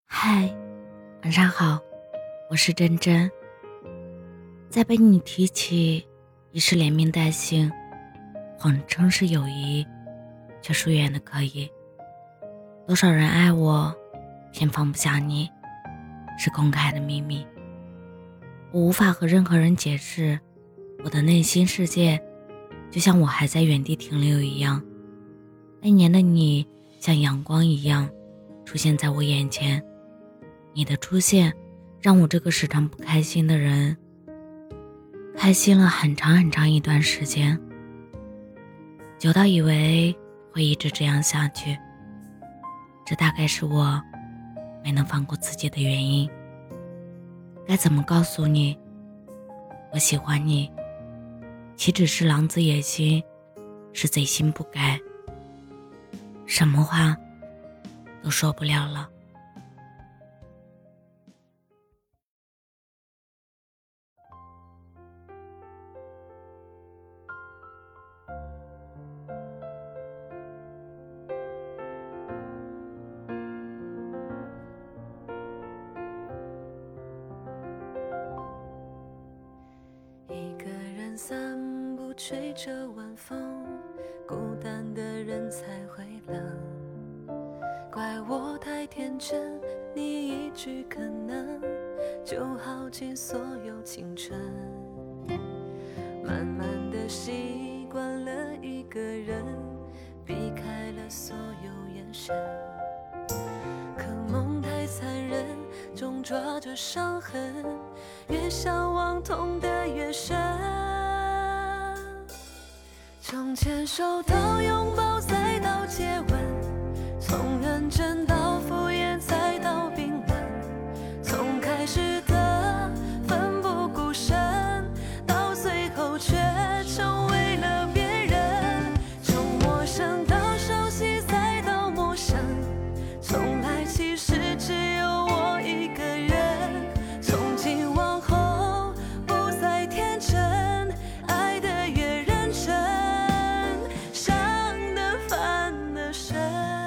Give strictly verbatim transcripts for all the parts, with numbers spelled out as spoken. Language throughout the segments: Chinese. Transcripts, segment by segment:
嗨，晚上好，我是真真。在被你提起，已是连名带姓，谎称是友谊，却疏远的可以。多少人爱我，偏放不下你，是公开的秘密。我无法和任何人解释，我的内心世界，就像我还在原地停留一样。那年的你，像阳光一样，出现在我眼前。你的出现让我这个时常不开心的人开心了很长很长一段时间，久到以为会一直这样下去。这大概是我没能放过自己的原因。该怎么告诉你我喜欢你，岂止是狼子野心，是贼心不改，什么话都说不了了。 一个人散步，吹着晚风，孤单的人才会冷。怪我太天真，你一句可能就耗尽所有青春。慢慢的习惯了一个人，避开了所有眼神。可梦太残忍，总抓着伤痕，越向往痛得越深。从牵手到拥抱再到接吻，从认真到敷衍再到冰冷，从开始的奋不顾身到最后却成为了别人，从陌生到熟悉再到陌生，从来其实只有我一个人。从今往后不再天真，爱得越认真，伤得烦得深。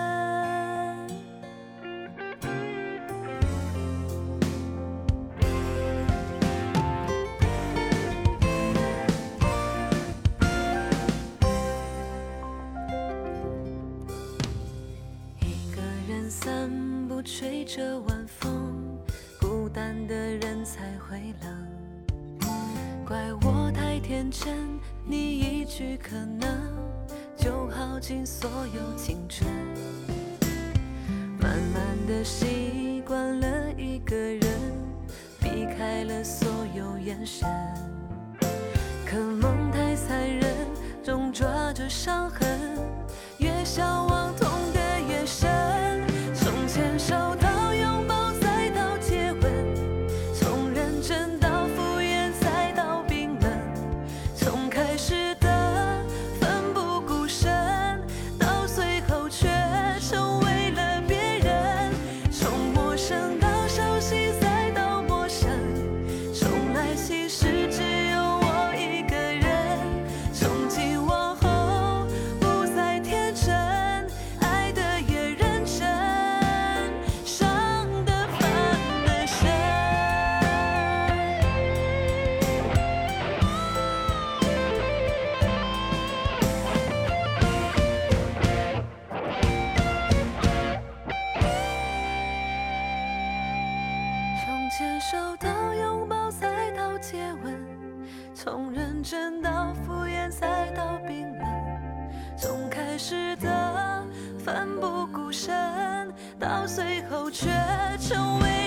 一个人散步，吹着晚风，孤单的人才会冷。怪我太天真，你一句可能就耗尽所有青春。慢慢的习惯了一个人，避开了所有眼神。可梦太残忍，总抓着伤痕，越向往痛得越深。从牵手到拥抱再到接吻，从认真到敷衍再到冰冷，从开始的奋不顾身到最后却成为了别人，从陌生到熟悉再到陌生，从来其实只有我一个人。从今往后不再天真，爱得越认真，伤得烦得深。从牵手到拥抱再到接吻，从认真到敷衍再到冰冷，从开始的奋不顾身到最后却成为